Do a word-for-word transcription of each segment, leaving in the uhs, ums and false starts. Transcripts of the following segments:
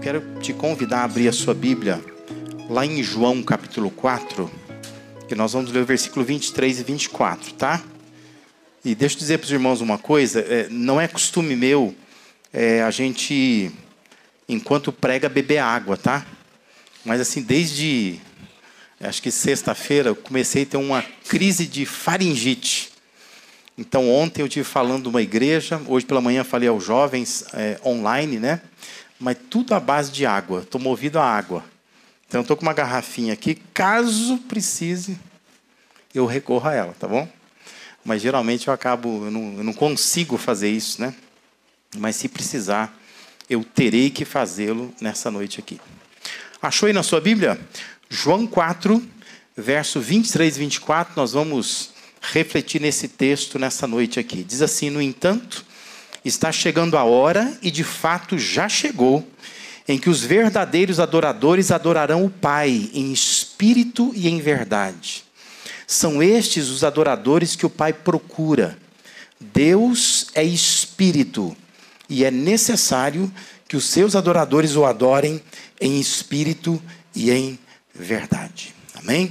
quero te convidar a abrir a sua Bíblia lá em João capítulo quatro, que nós vamos ler o versículo vinte e três e vinte e quatro, tá? E deixa eu dizer para os irmãos uma coisa, é, não é costume meu é, a gente, enquanto prega, beber água, tá? Mas assim, desde, acho que sexta-feira, eu comecei a ter uma crise de faringite. Então ontem eu estive falando de uma igreja, hoje pela manhã falei aos jovens é, online, né? Mas tudo à base de água, estou movido a água. Então eu estou com uma garrafinha aqui, caso precise, eu recorro a ela, tá bom? Mas geralmente eu acabo, eu não, eu não consigo fazer isso, né? Mas se precisar, eu terei que fazê-lo nessa noite aqui. Achou aí na sua Bíblia? João quatro, verso vinte e três e vinte e quatro, nós vamos refletir nesse texto nessa noite aqui. Diz assim: no entanto, está chegando a hora, e de fato já chegou, em que os verdadeiros adoradores adorarão o Pai em espírito e em verdade. São estes os adoradores que o Pai procura. Deus é espírito, e é necessário que os seus adoradores o adorem em espírito e em verdade. Amém?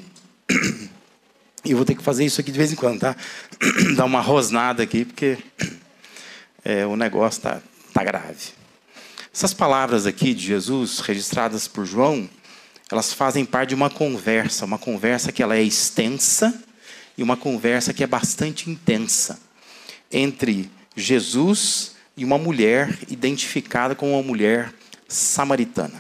E eu vou ter que fazer isso aqui de vez em quando, tá? Dar uma rosnada aqui, porque é, o negócio tá, tá grave. Essas palavras aqui de Jesus, registradas por João, elas fazem parte de uma conversa, uma conversa que ela é extensa e uma conversa que é bastante intensa, entre Jesus e uma mulher identificada como uma mulher samaritana.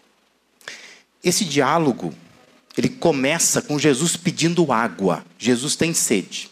Esse diálogo, ele começa com Jesus pedindo água. Jesus tem sede.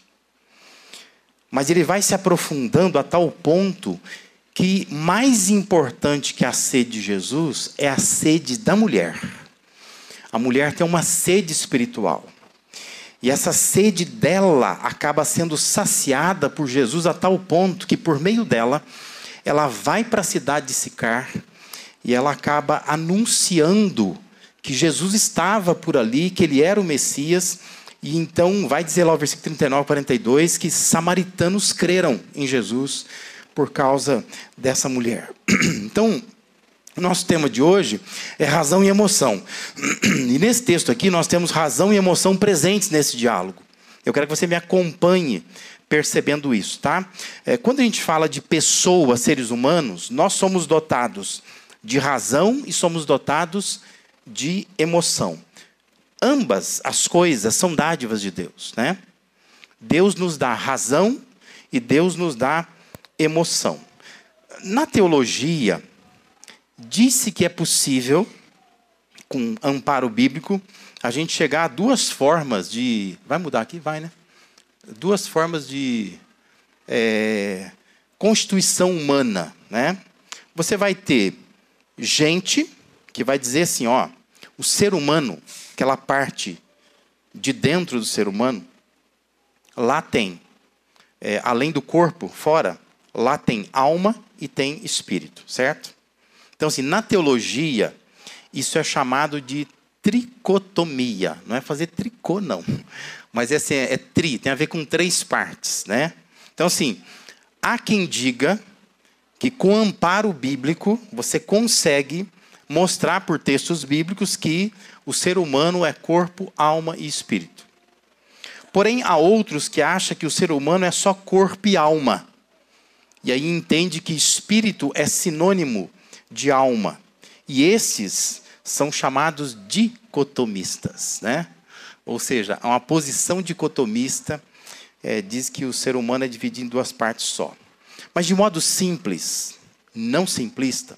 Mas ele vai se aprofundando a tal ponto que mais importante que a sede de Jesus é a sede da mulher. A mulher tem uma sede espiritual. E essa sede dela acaba sendo saciada por Jesus a tal ponto que, por meio dela, ela vai para a cidade de Sicar e ela acaba anunciando que Jesus estava por ali, que ele era o Messias. E então vai dizer lá o versículo trinta e nove, quarenta e dois, que samaritanos creram em Jesus por causa dessa mulher. Então, o nosso tema de hoje é razão e emoção. E nesse texto aqui nós temos razão e emoção presentes nesse diálogo. Eu quero que você me acompanhe percebendo isso, tá? É, quando a gente fala de pessoas, seres humanos, nós somos dotados de razão e somos dotados de emoção. Ambas as coisas são dádivas de Deus, né? Deus nos dá razão e Deus nos dá emoção. Na teologia, disse que é possível, com amparo bíblico, a gente chegar a duas formas de... Vai mudar aqui? Vai, né? Duas formas de é, constituição humana, né? Você vai ter gente que vai dizer assim, ó, o ser humano, aquela parte de dentro do ser humano, lá tem, é, além do corpo, fora, lá tem alma e tem espírito, certo? Então, assim, na teologia, isso é chamado de tricotomia. Não é fazer tricô, não. Mas é, assim, é tri, tem a ver com três partes, né? Então, assim, há quem diga que com amparo bíblico, você consegue mostrar por textos bíblicos que o ser humano é corpo, alma e espírito. Porém, há outros que acham que o ser humano é só corpo e alma. E aí entende que espírito é sinônimo de alma. E esses são chamados dicotomistas, né? Ou seja, uma posição dicotomista é, diz que o ser humano é dividido em duas partes só. Mas de modo simples, não simplista,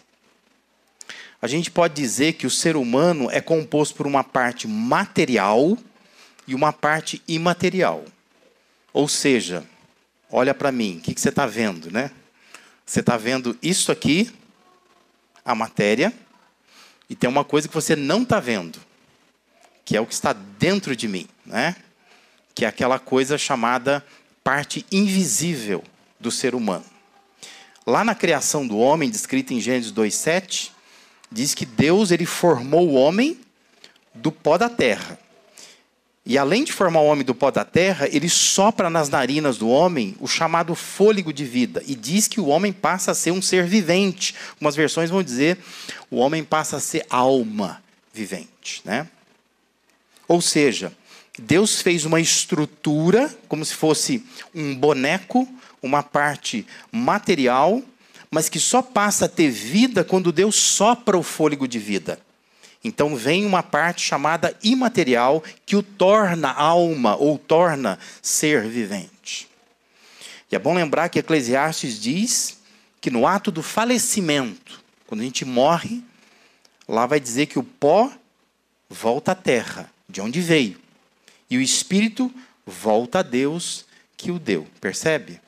a gente pode dizer que o ser humano é composto por uma parte material e uma parte imaterial. Ou seja, olha para mim, o que, que você está vendo, né? Você está vendo isso aqui, a matéria, e tem uma coisa que você não está vendo, que é o que está dentro de mim, né? Que é aquela coisa chamada parte invisível do ser humano. Lá na criação do homem, descrita em Gênesis dois, sete, diz que Deus ele formou o homem do pó da terra. E além de formar o homem do pó da terra, ele sopra nas narinas do homem o chamado fôlego de vida. E diz que o homem passa a ser um ser vivente. Umas versões vão dizer o homem passa a ser alma vivente, né? Ou seja, Deus fez uma estrutura, como se fosse um boneco, uma parte material, mas que só passa a ter vida quando Deus sopra o fôlego de vida. Então vem uma parte chamada imaterial que o torna alma ou torna ser vivente. E é bom lembrar que Eclesiastes diz que no ato do falecimento, quando a gente morre, lá vai dizer que o pó volta à terra, de onde veio. E o espírito volta a Deus que o deu. Percebe?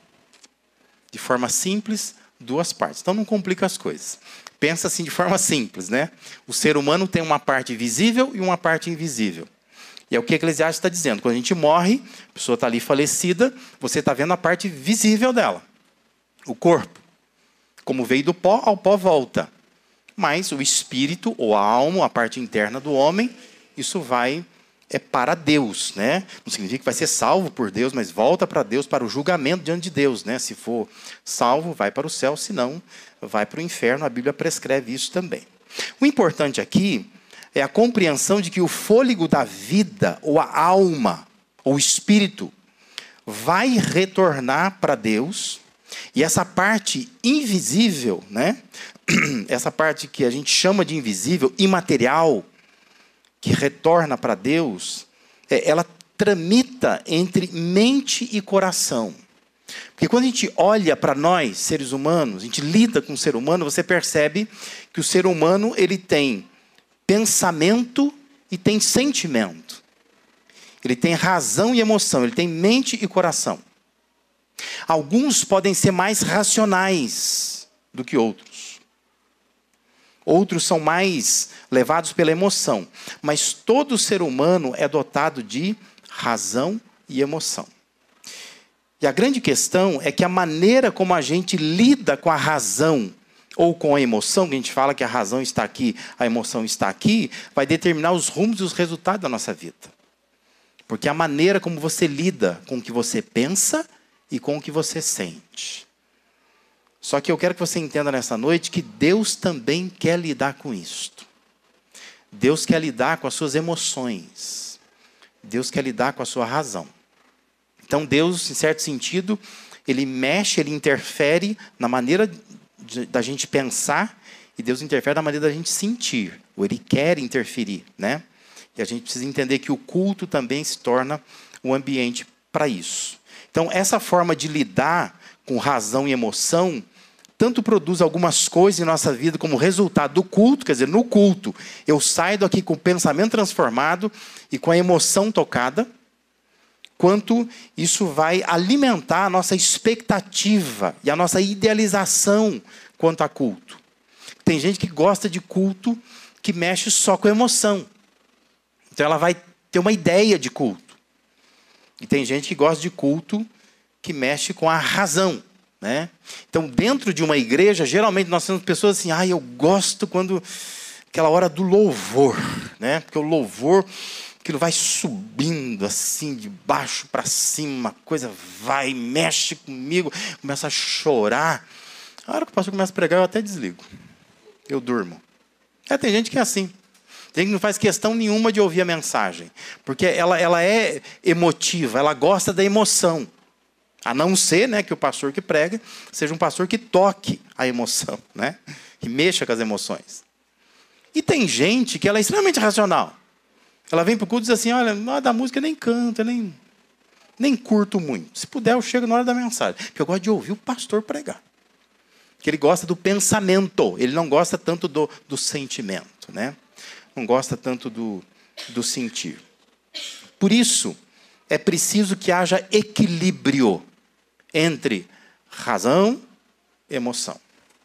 De forma simples, duas partes. Então não complica as coisas. Pensa assim de forma simples, né? O ser humano tem uma parte visível e uma parte invisível. E é o que Eclesiastes está dizendo. Quando a gente morre, a pessoa está ali falecida, você está vendo a parte visível dela. O corpo. Como veio do pó, ao pó volta. Mas o espírito, ou a alma, a parte interna do homem, isso vai é para Deus, né? Não significa que vai ser salvo por Deus, mas volta para Deus, para o julgamento diante de Deus, né? Se for salvo, vai para o céu, se não, vai para o inferno. A Bíblia prescreve isso também. O importante aqui é a compreensão de que o fôlego da vida, ou a alma, ou o espírito, vai retornar para Deus, e essa parte invisível, né? Essa parte que a gente chama de invisível, imaterial, que retorna para Deus, ela tramita entre mente e coração. Porque quando a gente olha para nós, seres humanos, a gente lida com o ser humano, você percebe que o ser humano ele tem pensamento e tem sentimento. Ele tem razão e emoção, ele tem mente e coração. Alguns podem ser mais racionais do que outros. Outros são mais levados pela emoção. Mas todo ser humano é dotado de razão e emoção. E a grande questão é que a maneira como a gente lida com a razão ou com a emoção, que a gente fala que a razão está aqui, a emoção está aqui, vai determinar os rumos e os resultados da nossa vida. Porque a maneira como você lida com o que você pensa e com o que você sente. Só que eu quero que você entenda nessa noite que Deus também quer lidar com isto. Deus quer lidar com as suas emoções. Deus quer lidar com a sua razão. Então Deus, em certo sentido, ele mexe, ele interfere na maneira de, da gente pensar, e Deus interfere na maneira da gente sentir, ou ele quer interferir, né? E a gente precisa entender que o culto também se torna um ambiente para isso. Então essa forma de lidar com razão e emoção, tanto produz algumas coisas em nossa vida como resultado do culto, quer dizer, no culto, eu saio daqui com o pensamento transformado e com a emoção tocada, quanto isso vai alimentar a nossa expectativa e a nossa idealização quanto a culto. Tem gente que gosta de culto que mexe só com a emoção. Então ela vai ter uma ideia de culto. E tem gente que gosta de culto que mexe com a razão, né? Então, dentro de uma igreja, geralmente nós temos pessoas assim, ah, eu gosto quando aquela hora do louvor, né? Porque o louvor, aquilo vai subindo assim, de baixo para cima, a coisa vai, mexe comigo, começa a chorar. A hora que o pastor começa a pregar, eu até desligo. Eu durmo. É, tem gente que é assim. Tem gente que não faz questão nenhuma de ouvir a mensagem, porque ela, ela é emotiva, ela gosta da emoção. A não ser, né, que o pastor que prega seja um pastor que toque a emoção, né? Que mexa com as emoções. E tem gente que ela é extremamente racional. Ela vem para o culto e diz assim, olha, na hora da música eu nem canto, eu nem, nem curto muito. Se puder, eu chego na hora da mensagem. Porque eu gosto de ouvir o pastor pregar. Porque ele gosta do pensamento, ele não gosta tanto do, do sentimento, né? Não gosta tanto do, do sentir. Por isso, é preciso que haja equilíbrio entre razão e emoção.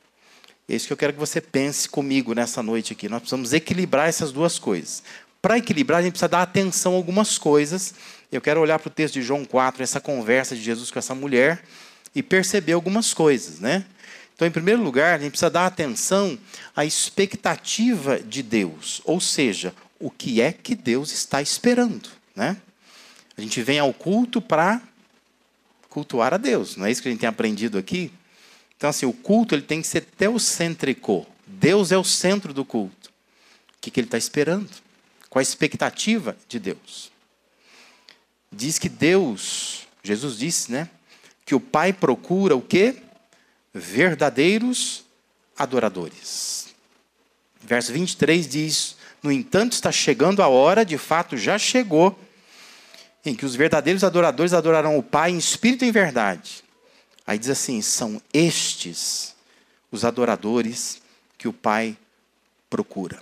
É isso que eu quero que você pense comigo nessa noite aqui. Nós precisamos equilibrar essas duas coisas. Para equilibrar, a gente precisa dar atenção a algumas coisas. Eu quero olhar para o texto de João quatro, essa conversa de Jesus com essa mulher, e perceber algumas coisas, né? Então, em primeiro lugar, a gente precisa dar atenção à expectativa de Deus. Ou seja, o que é que Deus está esperando, né? A gente vem ao culto para cultuar a Deus. Não é isso que a gente tem aprendido aqui? Então, assim, o culto ele tem que ser teocêntrico. Deus é o centro do culto. O que, que ele está esperando? Qual a expectativa de Deus? Diz que Deus, Jesus disse, né? Que o Pai procura o quê? Verdadeiros adoradores. Verso vinte e três diz: no entanto, está chegando a hora, de fato já chegou, em que os verdadeiros adoradores adorarão o Pai em espírito e em verdade. Aí diz assim: são estes os adoradores que o Pai procura.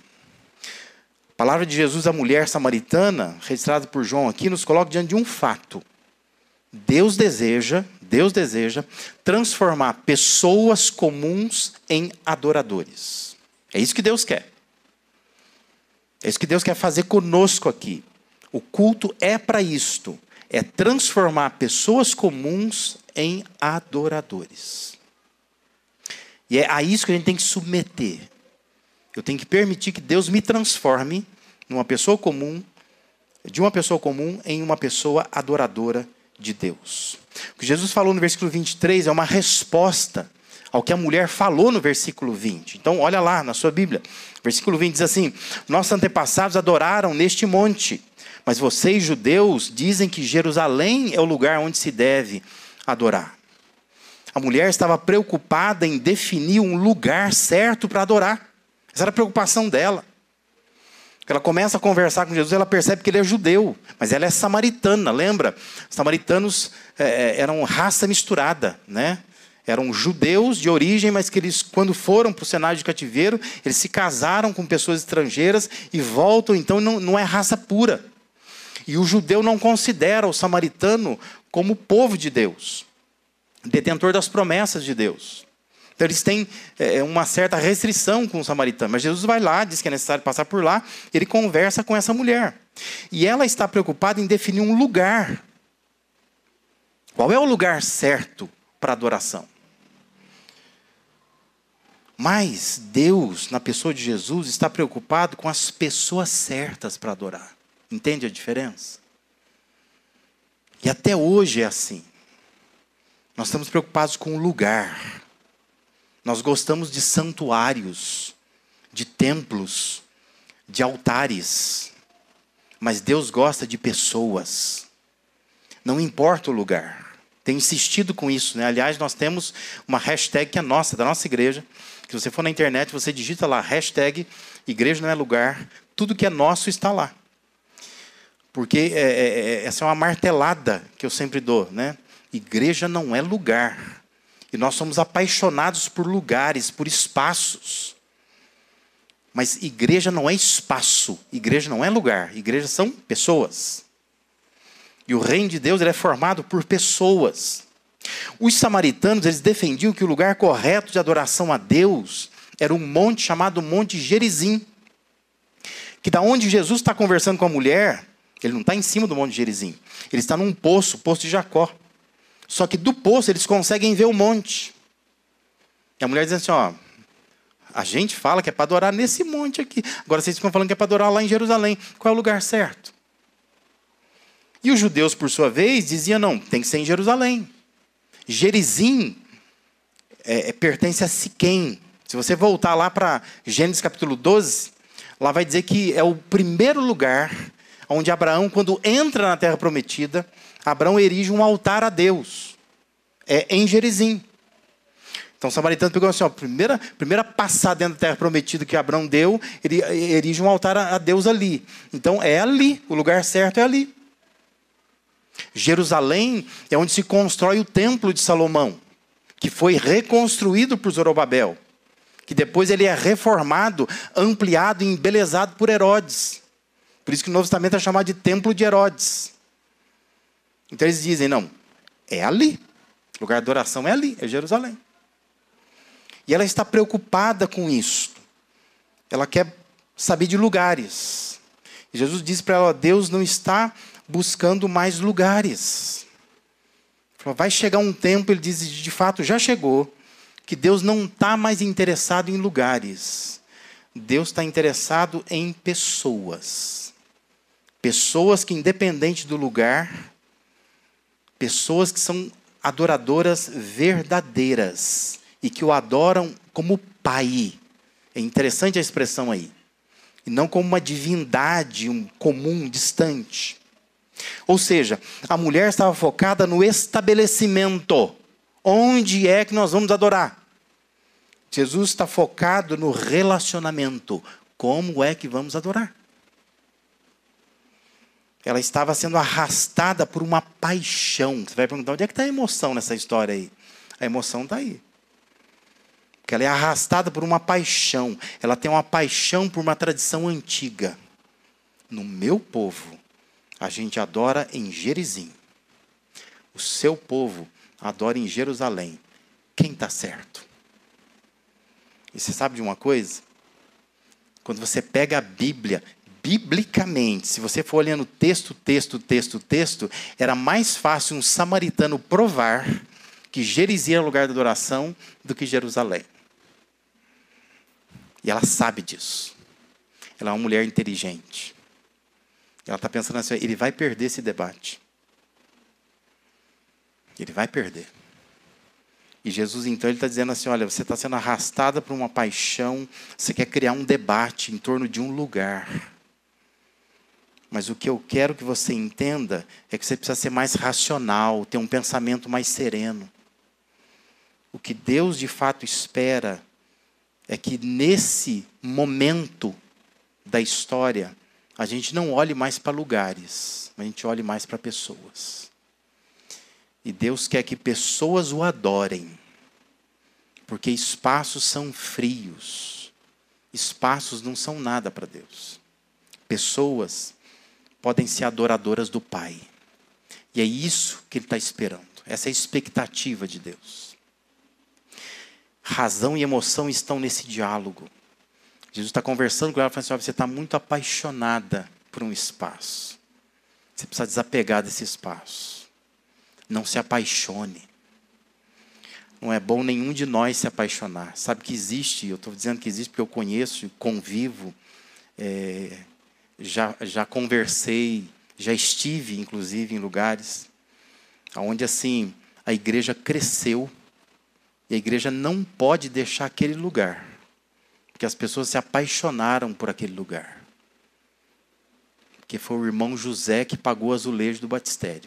A palavra de Jesus à mulher samaritana, registrada por João aqui, nos coloca diante de um fato. Deus deseja, Deus deseja transformar pessoas comuns em adoradores. É isso que Deus quer. É isso que Deus quer fazer conosco aqui. O culto é para isto. É transformar pessoas comuns em adoradores. E é a isso que a gente tem que submeter. Eu tenho que permitir que Deus me transforme numa pessoa comum, de uma pessoa comum em uma pessoa adoradora de Deus. O que Jesus falou no versículo vinte e três é uma resposta ao que a mulher falou no versículo vinte. Então, olha lá na sua Bíblia. Versículo vinte diz assim: nossos antepassados adoraram neste monte, mas vocês, judeus, dizem que Jerusalém é o lugar onde se deve adorar. A mulher estava preocupada em definir um lugar certo para adorar. Essa era a preocupação dela. Ela começa a conversar com Jesus, ela percebe que ele é judeu, mas ela é samaritana, lembra? Os samaritanos é, eram raça misturada, né? Eram judeus de origem, mas que eles, quando foram para o cenário de cativeiro, eles se casaram com pessoas estrangeiras e voltam, então não, não é raça pura. E o judeu não considera o samaritano como povo de Deus, detentor das promessas de Deus. Então eles têm é, uma certa restrição com o samaritano. Mas Jesus vai lá, diz que é necessário passar por lá, ele conversa com essa mulher. E ela está preocupada em definir um lugar. Qual é o lugar certo para adoração? Mas Deus, na pessoa de Jesus, está preocupado com as pessoas certas para adorar. Entende a diferença? E até hoje é assim. Nós estamos preocupados com o lugar. Nós gostamos de santuários, de templos, de altares. Mas Deus gosta de pessoas. Não importa o lugar. Tenho insistido com isso, né? Aliás, nós temos uma hashtag que é nossa, da nossa igreja. Se você for na internet, você digita lá, hashtag igreja não é lugar. Tudo que é nosso está lá. Porque é, é, essa é uma martelada que eu sempre dou, né? Igreja não é lugar. E nós somos apaixonados por lugares, por espaços. Mas igreja não é espaço. Igreja não é lugar. Igreja são pessoas. E o reino de Deus ele é formado por pessoas. Os samaritanos eles defendiam que o lugar correto de adoração a Deus era um monte chamado Monte Gerizim. Que da onde Jesus está conversando com a mulher, ele não está em cima do Monte Gerizim. Ele está num poço, o poço de Jacó. Só que do poço eles conseguem ver o monte. E a mulher diz assim, ó, a gente fala que é para adorar nesse monte aqui. Agora vocês ficam falando que é para adorar lá em Jerusalém. Qual é o lugar certo? E os judeus, por sua vez, diziam, não, tem que ser em Jerusalém. Gerizim é, é, pertence a Siquém. Se você voltar lá para Gênesis capítulo doze, lá vai dizer que é o primeiro lugar onde Abraão, quando entra na terra prometida, Abraão erige um altar a Deus. É em Gerizim. Então o samaritano pegou assim, ó, primeira, primeira passada dentro da terra prometida que Abraão deu, ele erige um altar a Deus ali. Então é ali, o lugar certo é ali. Jerusalém é onde se constrói o templo de Salomão, que foi reconstruído por Zorobabel, que depois ele é reformado, ampliado e embelezado por Herodes. Por isso que o Novo Testamento é chamado de Templo de Herodes. Então eles dizem, não, é ali. O lugar de adoração é ali, é Jerusalém. E ela está preocupada com isso. Ela quer saber de lugares. E Jesus disse para ela, Deus não está buscando mais lugares. Vai chegar um tempo, ele diz, de fato já chegou, que Deus não está mais interessado em lugares. Deus está interessado em pessoas. Pessoas que, independente do lugar, Pessoas que são adoradoras verdadeiras e que o adoram como pai. É interessante a expressão aí. E não como uma divindade, um comum, distante. Ou seja, a mulher estava focada no estabelecimento. Onde é que nós vamos adorar? Jesus está focado no relacionamento. Como é que vamos adorar? Ela estava sendo arrastada por uma paixão. Você vai perguntar, onde é que está a emoção nessa história aí? A emoção está aí. Porque ela é arrastada por uma paixão. Ela tem uma paixão por uma tradição antiga. No meu povo, a gente adora em Gerizim. O seu povo adora em Jerusalém. Quem está certo? E você sabe de uma coisa? Quando você pega a Bíblia, biblicamente, se você for olhando texto, texto, texto, texto, era mais fácil um samaritano provar que Gerizim era o lugar da adoração do que Jerusalém. E ela sabe disso. Ela é uma mulher inteligente. Ela está pensando assim, ele vai perder esse debate. Ele vai perder. E Jesus, então, ele está dizendo assim, olha, você está sendo arrastada por uma paixão, você quer criar um debate em torno de um lugar. Mas o que eu quero que você entenda é que você precisa ser mais racional, ter um pensamento mais sereno. O que Deus, de fato, espera é que nesse momento da história, a gente não olhe mais para lugares, a gente olhe mais para pessoas. E Deus quer que pessoas o adorem, porque espaços são frios. Espaços não são nada para Deus. Pessoas podem ser adoradoras do Pai. E é isso que Ele está esperando. Essa é a expectativa de Deus. Razão e emoção estão nesse diálogo. Jesus está conversando com ela e fala assim, você está muito apaixonada por um espaço. Você precisa desapegar desse espaço. Não se apaixone. Não é bom nenhum de nós se apaixonar. Sabe que existe, eu estou dizendo que existe porque eu conheço, convivo, é, já, já conversei, já estive, inclusive, em lugares onde, assim, a igreja cresceu e a igreja não pode deixar aquele lugar, porque as pessoas se apaixonaram por aquele lugar. Porque foi o irmão José que pagou o azulejo do batistério.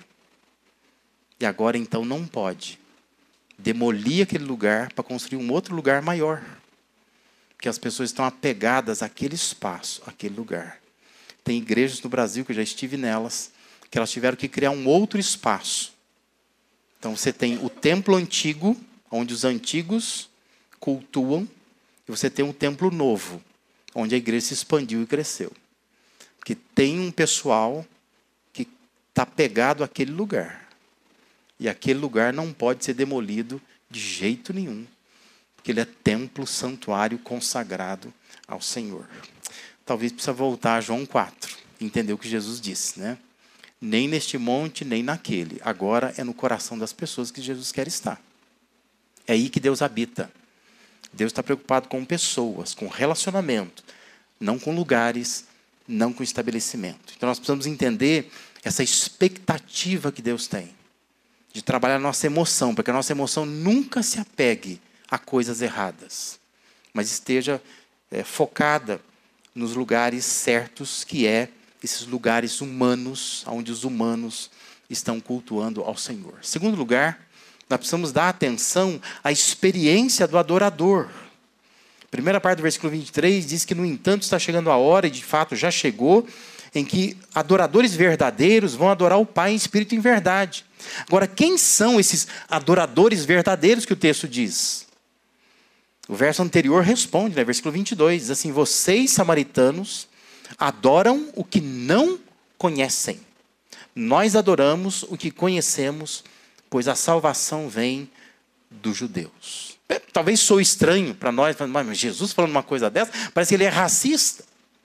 E agora, então, não pode demolir aquele lugar para construir um outro lugar maior. Porque as pessoas estão apegadas àquele espaço, àquele lugar. Tem igrejas no Brasil, que eu já estive nelas, que elas tiveram que criar um outro espaço. Então, você tem o templo antigo, onde os antigos cultuam, e você tem um templo novo, onde a igreja se expandiu e cresceu. Porque tem um pessoal que está pegado àquele lugar. E aquele lugar não pode ser demolido de jeito nenhum, porque ele é templo, santuário consagrado ao Senhor. Talvez precisa voltar a João quatro, entender o que Jesus disse, né? Nem neste monte, nem naquele. Agora é no coração das pessoas que Jesus quer estar. É aí que Deus habita. Deus está preocupado com pessoas, com relacionamento, não com lugares, não com estabelecimento. Então nós precisamos entender essa expectativa que Deus tem de trabalhar a nossa emoção, para que a nossa emoção nunca se apegue a coisas erradas, mas esteja é, focada nos lugares certos, que é esses lugares humanos, onde os humanos estão cultuando ao Senhor. Segundo lugar, nós precisamos dar atenção à experiência do adorador. A primeira parte do versículo vinte e três diz que, no entanto, está chegando a hora, e de fato já chegou, em que adoradores verdadeiros vão adorar o Pai em espírito e em verdade. Agora, quem são esses adoradores verdadeiros que o texto diz? O verso anterior responde, né? Versículo vinte e dois, diz assim, vocês, samaritanos, adoram o que não conhecem. Nós adoramos o que conhecemos, pois a salvação vem dos judeus. Talvez soe estranho para nós, mas Jesus falando uma coisa dessa, parece que ele é racista.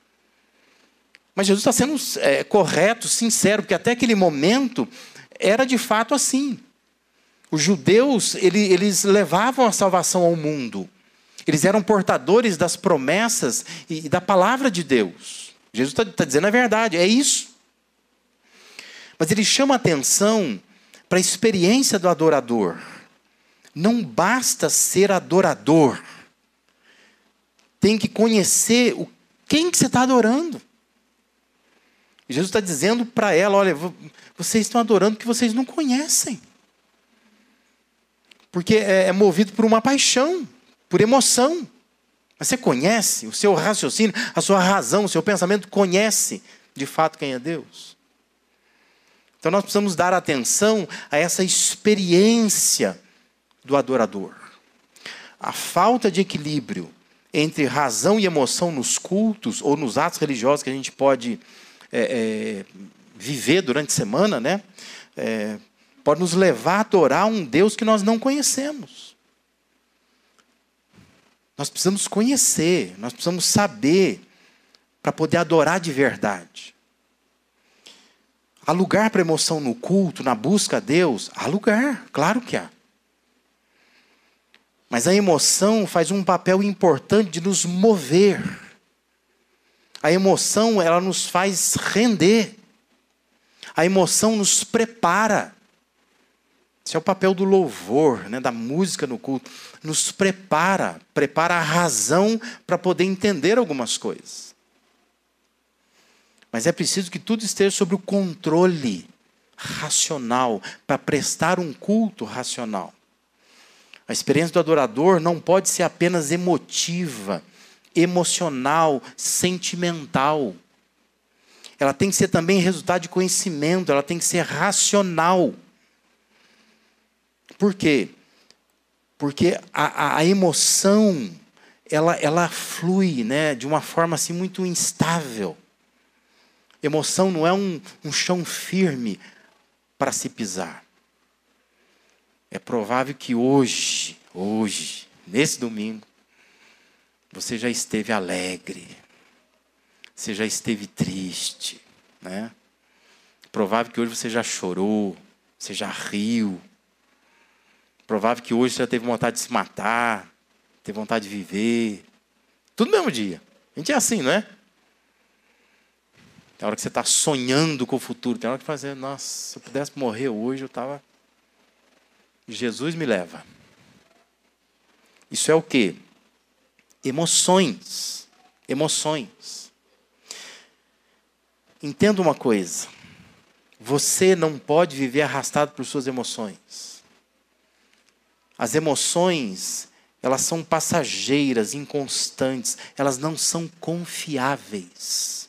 Mas Jesus está sendo é, correto, sincero, porque até aquele momento era de fato assim. Os judeus, ele, eles levavam a salvação ao mundo. Eles eram portadores das promessas e, e da palavra de Deus. Jesus está tá dizendo a verdade, é isso. Mas ele chama a atenção para a experiência do adorador. Não basta ser adorador. Tem que conhecer o, quem que você está adorando. E Jesus está dizendo para ela, olha, vocês estão adorando que vocês não conhecem. Porque é, é movido por uma paixão, por emoção. Mas você conhece, o seu raciocínio, a sua razão, o seu pensamento conhece de fato quem é Deus. Então nós precisamos dar atenção a essa experiência do adorador. A falta de equilíbrio entre razão e emoção nos cultos ou nos atos religiosos que a gente pode é, é, viver durante a semana, né? É, pode nos levar a adorar um Deus que nós não conhecemos. Nós precisamos conhecer, nós precisamos saber para poder adorar de verdade. Há lugar para emoção no culto, na busca a Deus? Há lugar, claro que há. Mas a emoção faz um papel importante de nos mover. A emoção, ela nos faz render. A emoção nos prepara. Esse é o papel do louvor, né, da música no culto. Nos prepara, prepara a razão para poder entender algumas coisas. Mas é preciso que tudo esteja sob o controle racional, para prestar um culto racional. A experiência do adorador não pode ser apenas emotiva, emocional, sentimental. Ela tem que ser também resultado de conhecimento, ela tem que ser racional. Por quê? Porque a, a, a emoção, ela, ela flui, né, de uma forma assim, muito instável. Emoção não é um, um chão firme para se pisar. É provável que hoje, hoje, nesse domingo, você já esteve alegre, você já esteve triste, né? Provável que hoje você já chorou, você já riu. Provável que hoje você já teve vontade de se matar, teve vontade de viver. Tudo no mesmo dia. A gente é assim, não é? Tem hora que você está sonhando com o futuro. Tem hora que fazer, nossa, se eu pudesse morrer hoje, eu estava... Jesus me leva. Isso é o quê? Emoções. Emoções. Entenda uma coisa. Você não pode viver arrastado por suas emoções. As emoções, elas são passageiras, inconstantes. Elas não são confiáveis.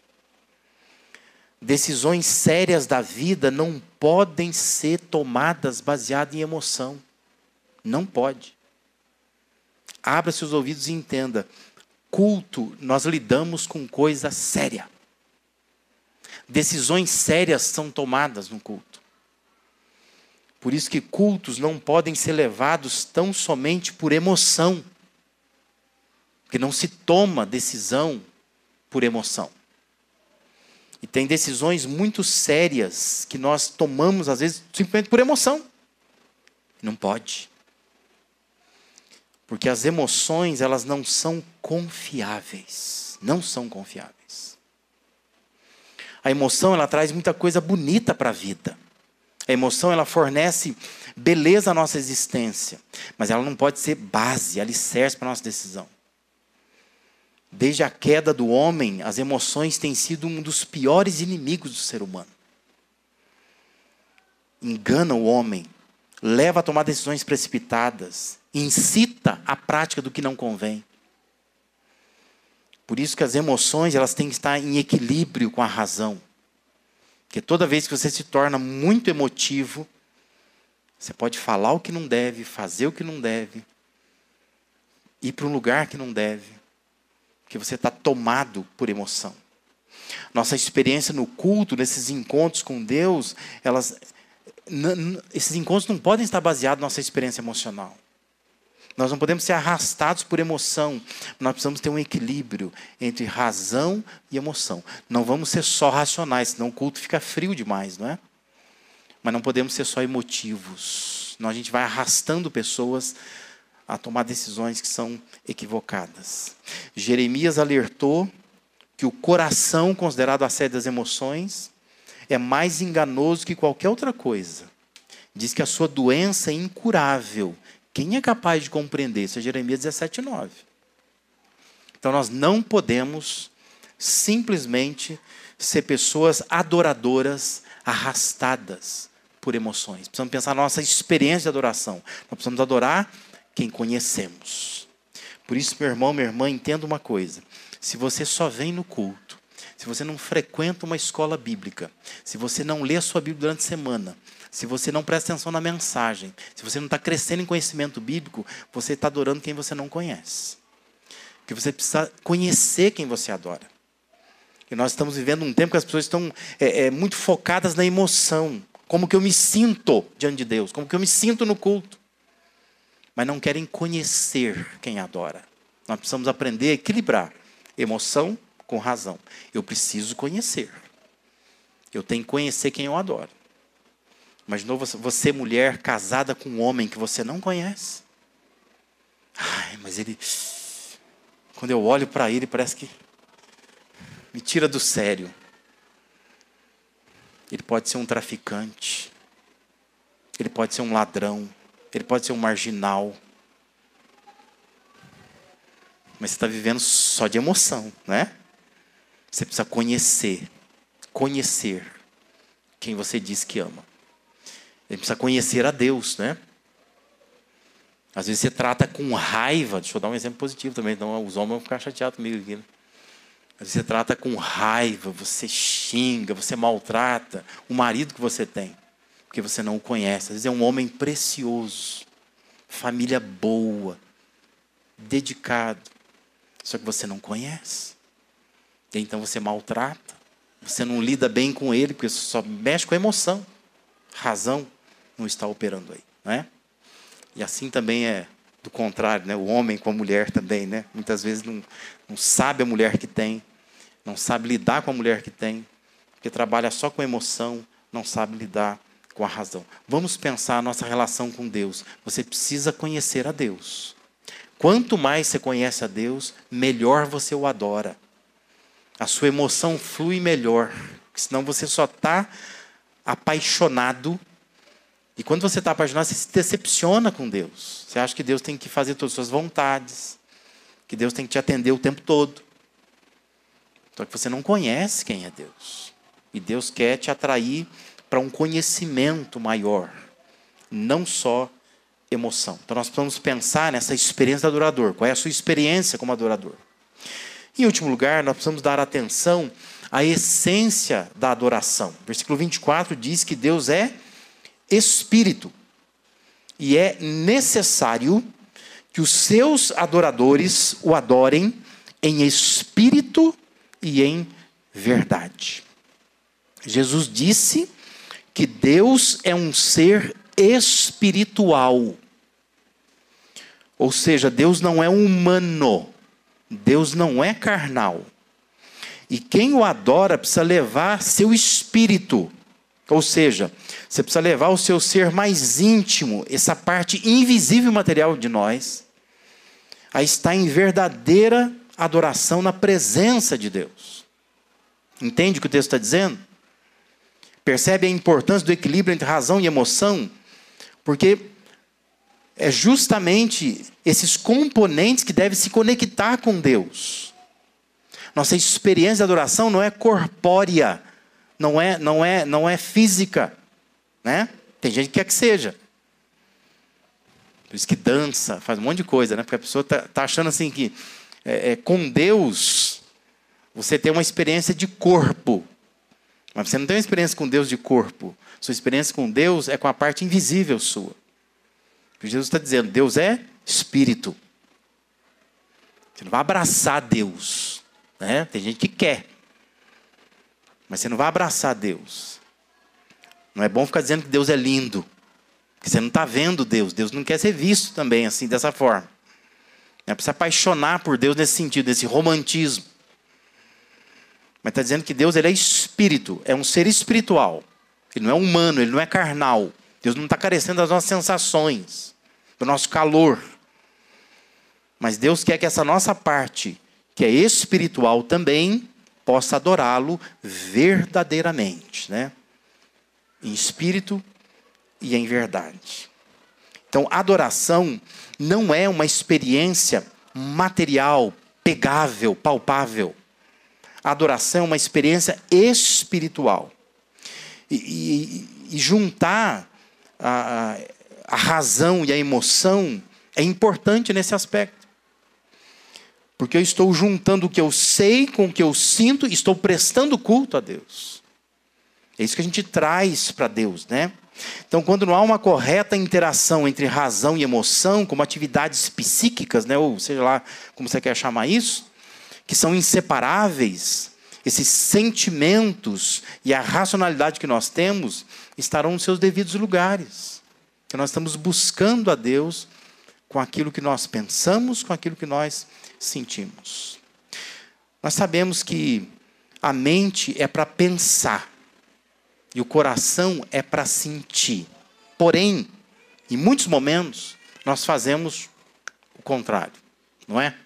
Decisões sérias da vida não podem ser tomadas baseadas em emoção. Não pode. Abra seus ouvidos e entenda. Culto, nós lidamos com coisa séria. Decisões sérias são tomadas no culto. Por isso que cultos não podem ser levados tão somente por emoção. Porque não se toma decisão por emoção. E tem decisões muito sérias que nós tomamos, às vezes, simplesmente por emoção. Não pode. Porque as emoções, elas não são confiáveis. Não são confiáveis. A emoção, ela traz muita coisa bonita para a vida. A emoção, ela fornece beleza à nossa existência. Mas ela não pode ser base, alicerce para a nossa decisão. Desde a queda do homem, as emoções têm sido um dos piores inimigos do ser humano. Engana o homem, leva a tomar decisões precipitadas, incita a prática do que não convém. Por isso que as emoções, elas têm que estar em equilíbrio com a razão. Porque toda vez que você se torna muito emotivo, você pode falar o que não deve, fazer o que não deve, ir para um lugar que não deve. Porque você está tomado por emoção. Nossa experiência no culto, nesses encontros com Deus, elas, n- n- esses encontros não podem estar baseados na nossa experiência emocional. Nós não podemos ser arrastados por emoção. Nós precisamos ter um equilíbrio entre razão e emoção. Não vamos ser só racionais, senão o culto fica frio demais, não é? Mas não podemos ser só emotivos. Senão a gente vai arrastando pessoas a tomar decisões que são equivocadas. Jeremias alertou que o coração, considerado a sede das emoções, é mais enganoso que qualquer outra coisa. Diz que a sua doença é incurável. Quem é capaz de compreender? Isso é Jeremias dezessete, nove. Então nós não podemos simplesmente ser pessoas adoradoras, arrastadas por emoções. Precisamos pensar na nossa experiência de adoração. Nós precisamos adorar quem conhecemos. Por isso, meu irmão, minha irmã, entenda uma coisa. Se você só vem no culto, se você não frequenta uma escola bíblica, se você não lê a sua Bíblia durante a semana, se você não presta atenção na mensagem, se você não está crescendo em conhecimento bíblico, você está adorando quem você não conhece. Porque você precisa conhecer quem você adora. E nós estamos vivendo um tempo que as pessoas estão é, é, muito focadas na emoção. Como que eu me sinto diante de Deus, como que eu me sinto no culto. Mas não querem conhecer quem adora. Nós precisamos aprender a equilibrar emoção com razão. Eu preciso conhecer. Eu tenho que conhecer quem eu adoro. Imaginou você, você, mulher, casada com um homem que você não conhece? Ai, mas ele... Quando eu olho para ele, parece que me tira do sério. Ele pode ser um traficante. Ele pode ser um ladrão. Ele pode ser um marginal. Mas você está vivendo só de emoção, né? Você precisa conhecer. Conhecer quem você diz que ama. Ele precisa conhecer a Deus, né? Às vezes você trata com raiva. Deixa eu dar um exemplo positivo também. Então os homens vão ficar chateados comigo aqui, né? Às vezes você trata com raiva, você xinga, você maltrata o marido que você tem. Porque você não o conhece. Às vezes é um homem precioso. Família boa. Dedicado. Só que você não conhece. E então você maltrata. Você não lida bem com ele, porque só mexe com a emoção. Razão não está operando aí, não é? E assim também é do contrário, né? O homem com a mulher também, né? Muitas vezes não, não sabe a mulher que tem, não sabe lidar com a mulher que tem, porque trabalha só com a emoção, não sabe lidar com a razão. Vamos pensar a nossa relação com Deus. Você precisa conhecer a Deus. Quanto mais você conhece a Deus, melhor você o adora. A sua emoção flui melhor, senão você só está apaixonado. E quando você está apaixonado, você se decepciona com Deus. Você acha que Deus tem que fazer todas as suas vontades, que Deus tem que te atender o tempo todo. Só que você não conhece quem é Deus. E Deus quer te atrair para um conhecimento maior, não só emoção. Então nós precisamos pensar nessa experiência do adorador. Qual é a sua experiência como adorador? Em último lugar, nós precisamos dar atenção à essência da adoração. Versículo vinte e quatro diz que Deus é Espírito. E é necessário que os seus adoradores o adorem em espírito e em verdade. Jesus disse que Deus é um ser espiritual. Ou seja, Deus não é humano. Deus não é carnal. E quem o adora precisa levar seu espírito. Ou seja, você precisa levar o seu ser mais íntimo, essa parte invisível e material de nós, a estar em verdadeira adoração na presença de Deus. Entende o que o texto está dizendo? Percebe a importância do equilíbrio entre razão e emoção? Porque é justamente esses componentes que devem se conectar com Deus. Nossa experiência de adoração não é corpórea, não é, não é, não é física, né? Tem gente que quer que seja. Por isso que dança, faz um monte de coisa, né? Porque a pessoa está tá achando assim que é, é, com Deus você tem uma experiência de corpo. Mas você não tem uma experiência com Deus de corpo. Sua experiência com Deus é com a parte invisível sua. Porque Jesus está dizendo, Deus é espírito. Você não vai abraçar Deus, né? Tem gente que quer. Mas você não vai abraçar Deus. Não é bom ficar dizendo que Deus é lindo. Porque você não está vendo Deus. Deus não quer ser visto também assim, dessa forma. É para se apaixonar por Deus nesse sentido, nesse romantismo. Mas está dizendo que Deus ele é espírito, é um ser espiritual. Ele não é humano, ele não é carnal. Deus não está carecendo das nossas sensações, do nosso calor. Mas Deus quer que essa nossa parte, que é espiritual também, possa adorá-lo verdadeiramente, né? Em espírito e em verdade. Então, adoração não é uma experiência material, pegável, palpável. A adoração é uma experiência espiritual. E, e, e juntar a, a razão e a emoção é importante nesse aspecto. Porque eu estou juntando o que eu sei com o que eu sinto e estou prestando culto a Deus. É isso que a gente traz para Deus, né? Então, quando não há uma correta interação entre razão e emoção, como atividades psíquicas, né, ou seja lá como você quer chamar isso, que são inseparáveis, esses sentimentos e a racionalidade que nós temos estarão nos seus devidos lugares. Porque nós estamos buscando a Deus com aquilo que nós pensamos, com aquilo que nós sentimos. Nós sabemos que a mente é para pensar. E o coração é para sentir. Porém, em muitos momentos, nós fazemos o contrário, não é?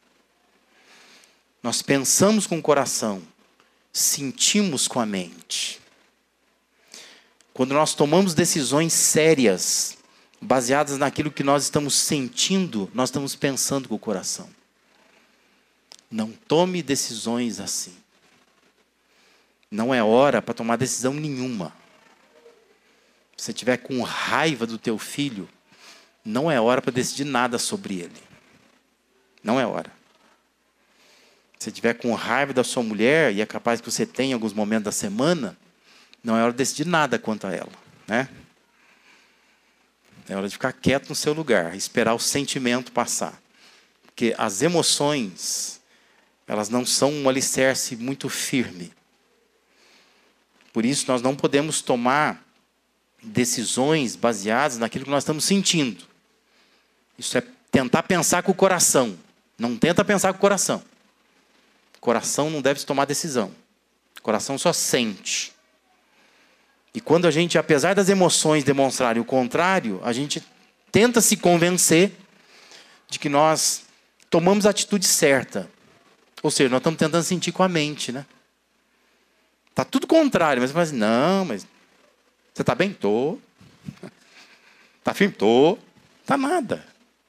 Nós pensamos com o coração, sentimos com a mente. Quando nós tomamos decisões sérias, baseadas naquilo que nós estamos sentindo, nós estamos pensando com o coração. Não tome decisões assim. Não é hora para tomar decisão nenhuma. Se você estiver com raiva do teu filho, não é hora para decidir nada sobre ele. Não é hora. Se você estiver com raiva da sua mulher, e é capaz que você tenha em alguns momentos da semana, não é hora de decidir nada quanto a ela, né? É hora de ficar quieto no seu lugar, esperar o sentimento passar. Porque as emoções, elas não são um alicerce muito firme. Por isso, nós não podemos tomar decisões baseadas naquilo que nós estamos sentindo. Isso é tentar pensar com o coração. Não tenta pensar com o coração. O coração não deve tomar decisão. O coração só sente. E quando a gente, apesar das emoções demonstrarem o contrário, a gente tenta se convencer de que nós tomamos a atitude certa. Ou seja, nós estamos tentando sentir com a mente, né? Está tudo contrário, mas você fala assim, não, mas você está bem? Estou. Está firme? Estou. Está nada.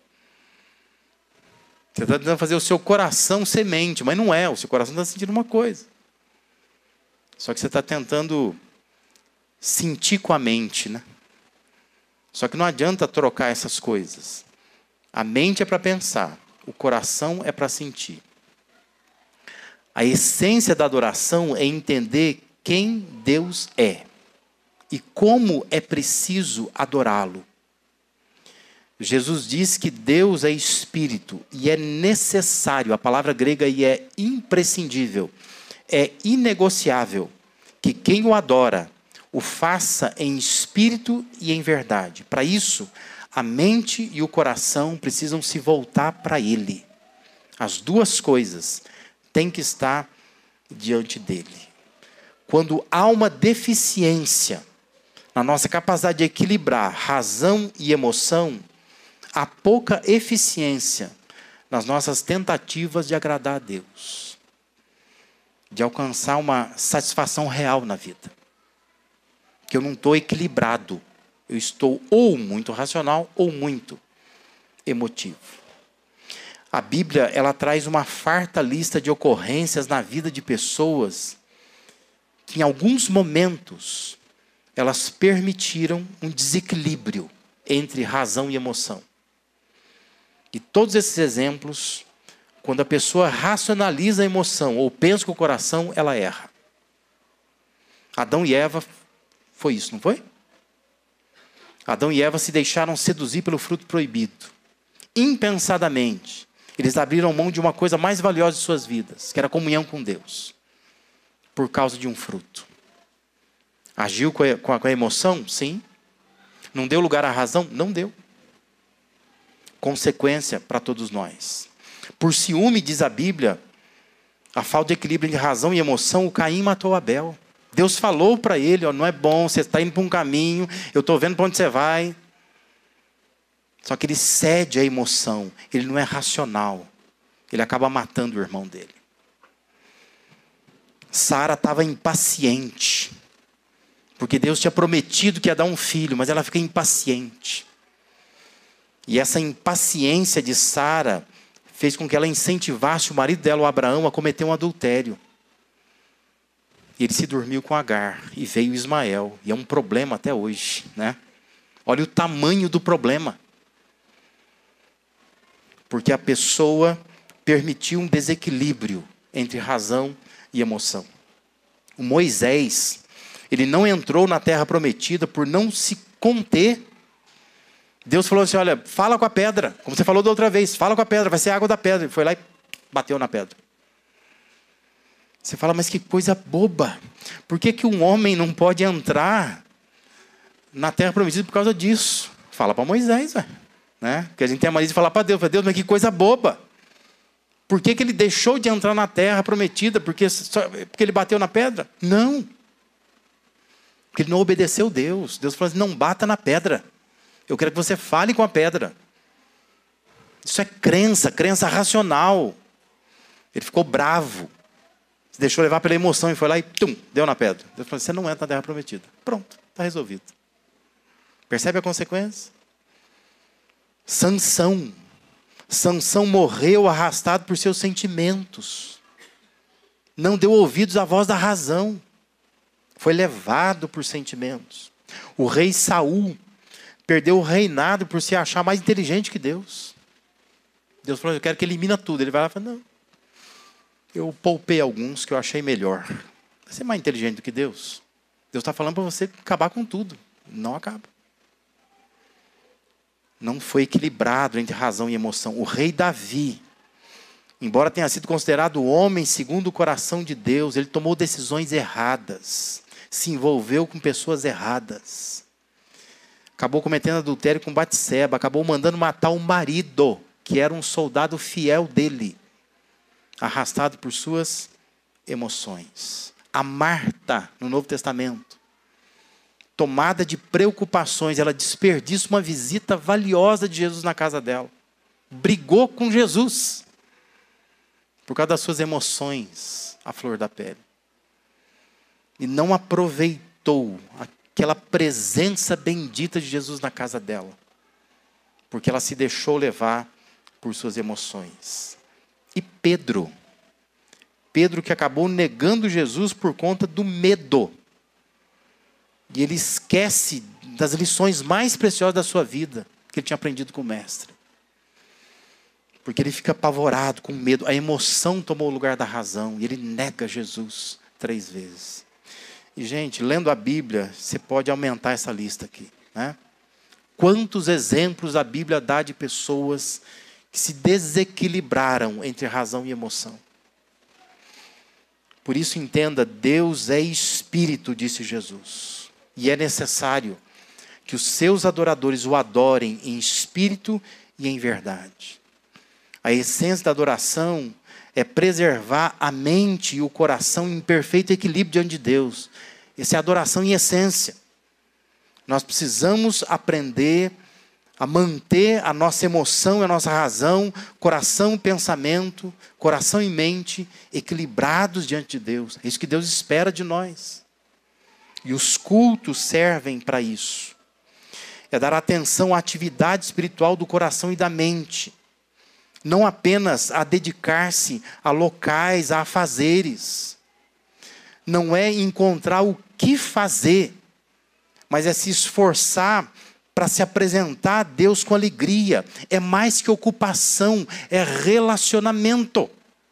Você está tentando fazer o seu coração semente, mas não é, o seu coração está sentindo uma coisa. Só que você está tentando sentir com a mente, né? Só que não adianta trocar essas coisas. A mente é para pensar, o coração é para sentir. A essência da adoração é entender quem Deus é e como é preciso adorá-lo. Jesus diz que Deus é espírito e é necessário, a palavra grega aí é imprescindível, é inegociável, que quem o adora o faça em espírito e em verdade. Para isso, a mente e o coração precisam se voltar para Ele. As duas coisas tem que estar diante dele. Quando há uma deficiência na nossa capacidade de equilibrar razão e emoção, há pouca eficiência nas nossas tentativas de agradar a Deus, de alcançar uma satisfação real na vida. Que eu não estou equilibrado. Eu estou ou muito racional ou muito emotivo. A Bíblia, ela traz uma farta lista de ocorrências na vida de pessoas que, em alguns momentos, elas permitiram um desequilíbrio entre razão e emoção. E todos esses exemplos, quando a pessoa racionaliza a emoção ou pensa com o coração, ela erra. Adão e Eva foi isso, não foi? Adão e Eva se deixaram seduzir pelo fruto proibido. Impensadamente. Eles abriram mão de uma coisa mais valiosa de suas vidas, que era a comunhão com Deus, por causa de um fruto. Agiu com a, com a, com a emoção? Sim. Não deu lugar à razão? Não deu. Consequência para todos nós. Por ciúme, diz a Bíblia, a falta de equilíbrio entre razão e emoção, o Caim matou Abel. Deus falou para ele, ó, não é bom, você está indo para um caminho, eu estou vendo para onde você vai. Só que ele cede à emoção, ele não é racional. Ele acaba matando o irmão dele. Sara estava impaciente, Porque Deus tinha prometido que ia dar um filho, mas ela fica impaciente. E essa impaciência de Sara fez com que ela incentivasse o marido dela, o Abraão, a cometer um adultério. Ele se dormiu com Agar e veio Ismael. E é um problema até hoje, né? Olha o tamanho do problema. Porque a pessoa permitiu um desequilíbrio entre razão e emoção. O Moisés, ele não entrou na terra prometida por não se conter. Deus falou assim, olha, fala com a pedra. Como você falou da outra vez, fala com a pedra, vai ser água da pedra. Ele foi lá e bateu na pedra. Você fala, mas que coisa boba. Por que que um homem não pode entrar na terra prometida por causa disso? Fala para Moisés, velho. Né? Porque a gente tem a mania de falar para Deus, Deus, mas que coisa boba. Por que que ele deixou de entrar na terra prometida? Porque, só, porque ele bateu na pedra? Não. Porque ele não obedeceu Deus. Deus falou assim, não bata na pedra. Eu quero que você fale com a pedra. Isso é crença, crença racional. Ele ficou bravo. Se deixou levar pela emoção e foi lá e tum, deu na pedra. Deus falou, você não entra na terra prometida. Pronto, está resolvido. Percebe a consequência? Sansão. Sansão morreu arrastado por seus sentimentos. Não deu ouvidos à voz da razão. Foi levado por sentimentos. O rei Saul perdeu o reinado por se achar mais inteligente que Deus. Deus falou, eu quero que elimina tudo. Ele vai lá e fala, não. Eu poupei alguns que eu achei melhor. Você é mais inteligente do que Deus? Deus está falando para você acabar com tudo. Não acaba. Não foi equilibrado entre razão e emoção. O rei Davi, embora tenha sido considerado homem segundo o coração de Deus, ele tomou decisões erradas. Se envolveu com pessoas erradas. Acabou cometendo adultério com Batseba. Acabou mandando matar o marido, que era um soldado fiel dele. Arrastado por suas emoções. A Marta, no Novo Testamento, tomada de preocupações, ela desperdiça uma visita valiosa de Jesus na casa dela. Brigou com Jesus. Por causa das suas emoções, à flor da pele. E não aproveitou aquela presença bendita de Jesus na casa dela. Porque ela se deixou levar por suas emoções. E Pedro. Pedro que acabou negando Jesus por conta do medo. E ele esquece das lições mais preciosas da sua vida, que ele tinha aprendido com o mestre. Porque ele fica apavorado, com medo. A emoção tomou o lugar da razão. E ele nega Jesus três vezes. E, gente, lendo a Bíblia, você pode aumentar essa lista aqui. Né? Quantos exemplos a Bíblia dá de pessoas que se desequilibraram entre razão e emoção. Por isso, entenda, Deus é Espírito, disse Jesus. E é necessário que os seus adoradores o adorem em espírito e em verdade. A essência da adoração é preservar a mente e o coração em perfeito equilíbrio diante de Deus. Essa é a adoração em essência. Nós precisamos aprender a manter a nossa emoção e a nossa razão, coração e pensamento, coração e mente equilibrados diante de Deus. É isso que Deus espera de nós. E os cultos servem para isso. É dar atenção à atividade espiritual do coração e da mente. Não apenas a dedicar-se a locais, a afazeres. Não é encontrar o que fazer, mas é se esforçar para se apresentar a Deus com alegria. É mais que ocupação, é relacionamento.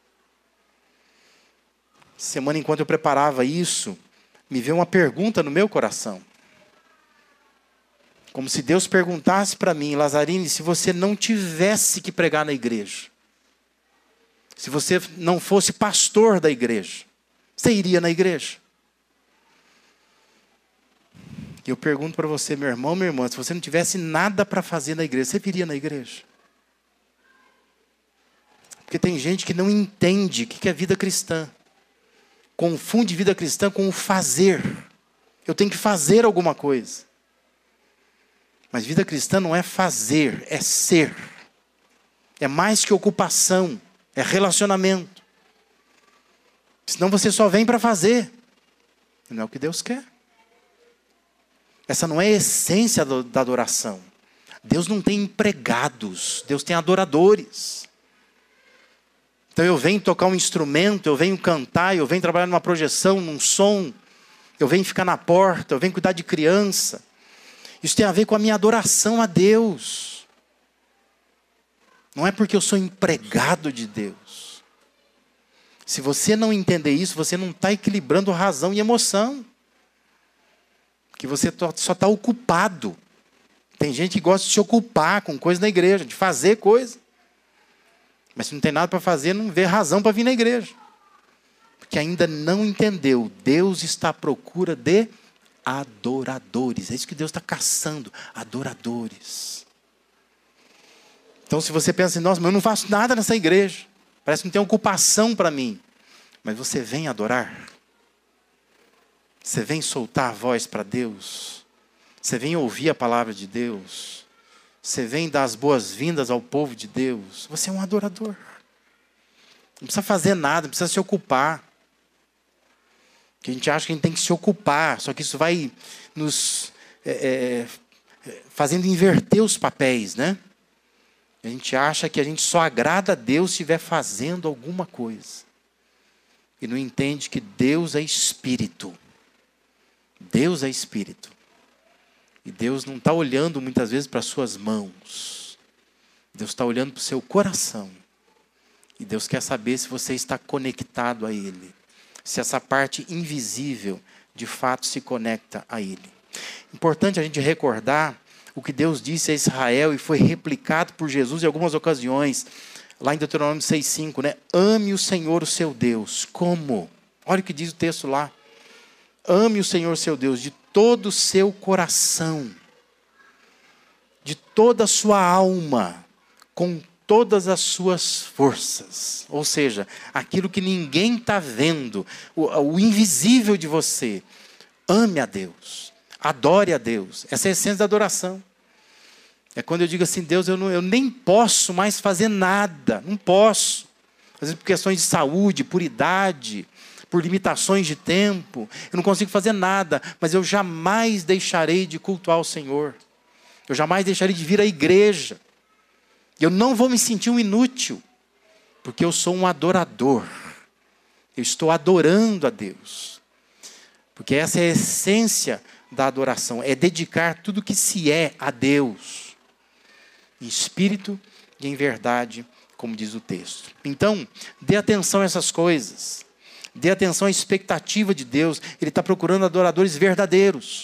Semana, enquanto eu preparava isso, me veio uma pergunta no meu coração. Como se Deus perguntasse para mim, Lazarine, se você não tivesse que pregar na igreja, se você não fosse pastor da igreja, você iria na igreja? E eu pergunto para você, meu irmão, minha irmã, se você não tivesse nada para fazer na igreja, você viria na igreja? Porque tem gente que não entende o que é vida cristã. Confunde vida cristã com o fazer. Eu tenho que fazer alguma coisa. Mas vida cristã não é fazer, é ser. É mais que ocupação, é relacionamento. Senão você só vem para fazer. Não é o que Deus quer. Essa não é a essência da adoração. Deus não tem empregados, Deus tem adoradores. Então eu venho tocar um instrumento, eu venho cantar, eu venho trabalhar numa projeção, num som, eu venho ficar na porta, eu venho cuidar de criança. Isso tem a ver com a minha adoração a Deus. Não é porque eu sou empregado de Deus. Se você não entender isso, você não está equilibrando razão e emoção. Que você só está ocupado. Tem gente que gosta de se ocupar com coisa na igreja, de fazer coisa. Mas se não tem nada para fazer, não vê razão para vir na igreja. Porque ainda não entendeu. Deus está à procura de adoradores. É isso que Deus está caçando. Adoradores. Então se você pensa assim, nossa, mas eu não faço nada nessa igreja. Parece que não tem ocupação para mim. Mas você vem adorar. Você vem soltar a voz para Deus. Você vem ouvir a palavra de Deus. Você vem dar as boas-vindas ao povo de Deus. Você é um adorador. Não precisa fazer nada, não precisa se ocupar. Porque a gente acha que a gente tem que se ocupar. Só que isso vai nos é, é, fazendo inverter os papéis, né? A gente acha que a gente só agrada a Deus se estiver fazendo alguma coisa. E não entende que Deus é Espírito. Deus é Espírito. E Deus não está olhando muitas vezes para as suas mãos. Deus está olhando para o seu coração. E Deus quer saber se você está conectado a Ele. Se essa parte invisível, de fato, se conecta a Ele. Importante a gente recordar o que Deus disse a Israel e foi replicado por Jesus em algumas ocasiões. Lá em Deuteronômio seis, cinco, né? Ame o Senhor, o seu Deus. Como? Olha o que diz o texto lá. Ame o Senhor, seu Deus, de todo o seu coração, de toda a sua alma, com todas as suas forças. Ou seja, aquilo que ninguém está vendo, o, o invisível de você. Ame a Deus, adore a Deus. Essa é a essência da adoração. É quando eu digo assim, Deus, eu, não, eu nem posso mais fazer nada, não posso. Às vezes por questões de saúde, por idade, por limitações de tempo, eu não consigo fazer nada, mas eu jamais deixarei de cultuar o Senhor. Eu jamais deixarei de vir à igreja. Eu não vou me sentir um inútil, porque eu sou um adorador. Eu estou adorando a Deus. Porque essa é a essência da adoração, é dedicar tudo que se é a Deus, em espírito e em verdade, como diz o texto. Então, dê atenção a essas coisas. Dê atenção à expectativa de Deus. Ele está procurando adoradores verdadeiros.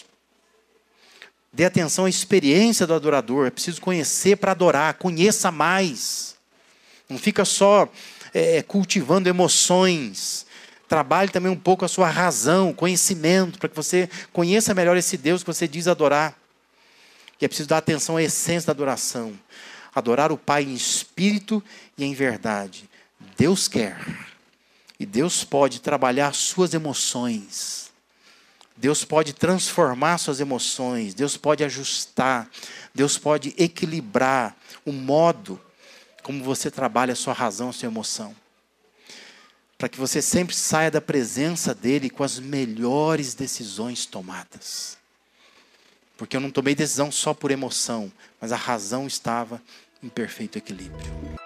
Dê atenção à experiência do adorador. É preciso conhecer para adorar. Conheça mais. Não fica só é, cultivando emoções. Trabalhe também um pouco a sua razão, conhecimento, para que você conheça melhor esse Deus que você diz adorar. E é preciso dar atenção à essência da adoração. Adorar o Pai em espírito e em verdade. Deus quer. E Deus pode trabalhar suas emoções. Deus pode transformar suas emoções. Deus pode ajustar. Deus pode equilibrar o modo como você trabalha a sua razão, a sua emoção. Para que você sempre saia da presença dEle com as melhores decisões tomadas. Porque eu não tomei decisão só por emoção, mas a razão estava em perfeito equilíbrio.